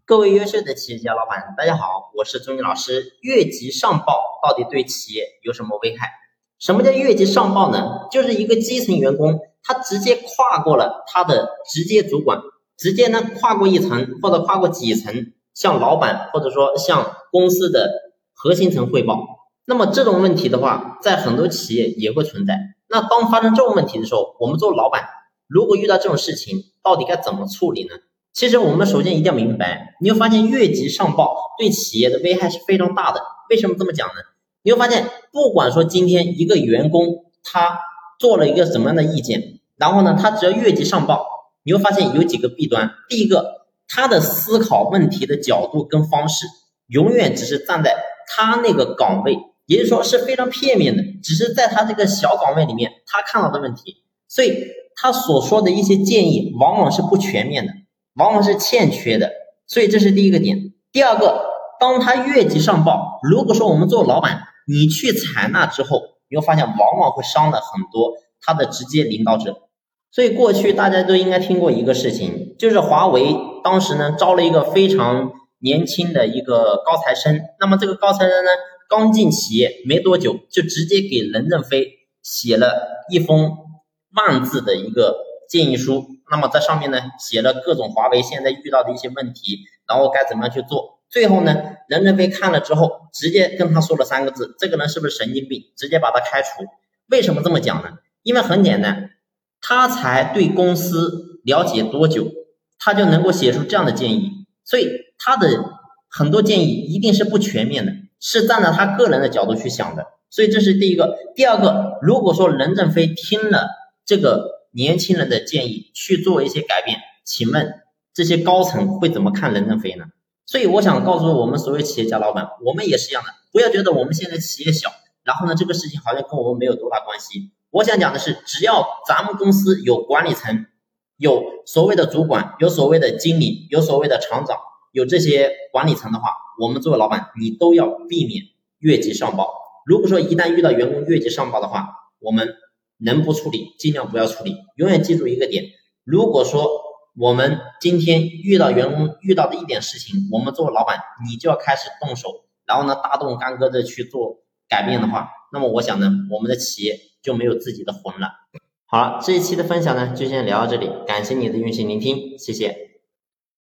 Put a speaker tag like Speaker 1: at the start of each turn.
Speaker 1: 各位优秀的企业家老板，大家好，我是钟毅老师。越级上报到底对企业有什么危害？什么叫越级上报呢？就是一个基层员工，他直接跨过了他的直接主管，直接呢跨过一层或者跨过几层，向老板或者说向公司的核心层汇报。那么这种问题的话，在很多企业也会存在。那当发生这种问题的时候，我们做老板如果遇到这种事情，到底该怎么处理呢？其实我们首先一定要明白，你会发现越级上报对企业的危害是非常大的。为什么这么讲呢？你会发现，不管说今天一个员工他做了一个什么样的意见，然后呢，他只要越级上报，你会发现有几个弊端。第一个，他的思考问题的角度跟方式永远只是站在他那个岗位，也就是说是非常片面的，只是在他这个小岗位里面他看到的问题，所以他所说的一些建议往往是不全面的，往往是欠缺的，所以这是第一个点。第二个，当他越级上报，如果说我们做老板，你去采纳之后，你会发现往往会伤了很多他的直接领导者。所以过去大家都应该听过一个事情，就是华为当时呢招了一个非常年轻的一个高材生，那么这个高材生呢刚进企业没多久，就直接给任正非写了一封万字的一个建议书，那么在上面呢写了各种华为现在遇到的一些问题，然后该怎么样去做。最后呢，任正非看了之后，直接跟他说了3个字，这个人是不是神经病，直接把他开除。为什么这么讲呢？因为很简单，他才对公司了解多久，他就能够写出这样的建议，所以他的很多建议一定是不全面的，是站在他个人的角度去想的。所以这是第一个。第二个，如果说任正非听了这个年轻人的建议去做一些改变，请问这些高层会怎么看任正非呢？所以我想告诉我们所有企业家老板，我们也是一样的，不要觉得我们现在企业小，然后呢这个事情好像跟我们没有多大关系。我想讲的是，只要咱们公司有管理层，有所谓的主管，有所谓的经理，有所谓的厂长，有这些管理层的话，我们作为老板，你都要避免越级上报。如果说一旦遇到员工越级上报的话，我们能不处理尽量不要处理。永远记住一个点，如果说我们今天遇到员工遇到的一点事情，我们作为老板你就要开始动手，然后呢大动干戈的去做改变的话，那么我想呢我们的企业就没有自己的魂了。好了，这一期的分享呢就先聊到这里，感谢你的用心聆听，谢谢。